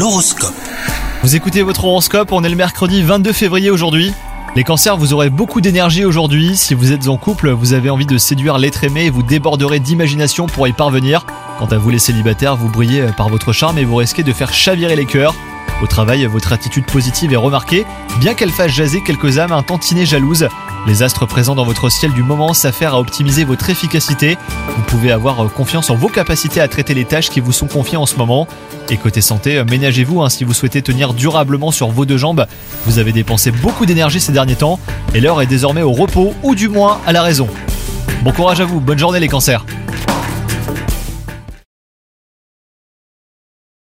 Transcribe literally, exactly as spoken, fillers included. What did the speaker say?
L'horoscope. Vous écoutez votre horoscope, on est le mercredi vingt-deux février aujourd'hui. Les cancers, vous aurez beaucoup d'énergie aujourd'hui. Si vous êtes en couple, vous avez envie de séduire l'être aimé et vous déborderez d'imagination pour y parvenir. Quant à vous les célibataires, vous brillez par votre charme et vous risquez de faire chavirer les cœurs. Au travail, votre attitude positive est remarquée, bien qu'elle fasse jaser quelques âmes un tantinet jalouses. Les astres présents dans votre ciel du moment s'affairent à optimiser votre efficacité. Vous pouvez avoir confiance en vos capacités à traiter les tâches qui vous sont confiées en ce moment. Et côté santé, ménagez-vous hein, si vous souhaitez tenir durablement sur vos deux jambes. Vous avez dépensé beaucoup d'énergie ces derniers temps et l'heure est désormais au repos ou du moins à la raison. Bon courage à vous, bonne journée les cancers.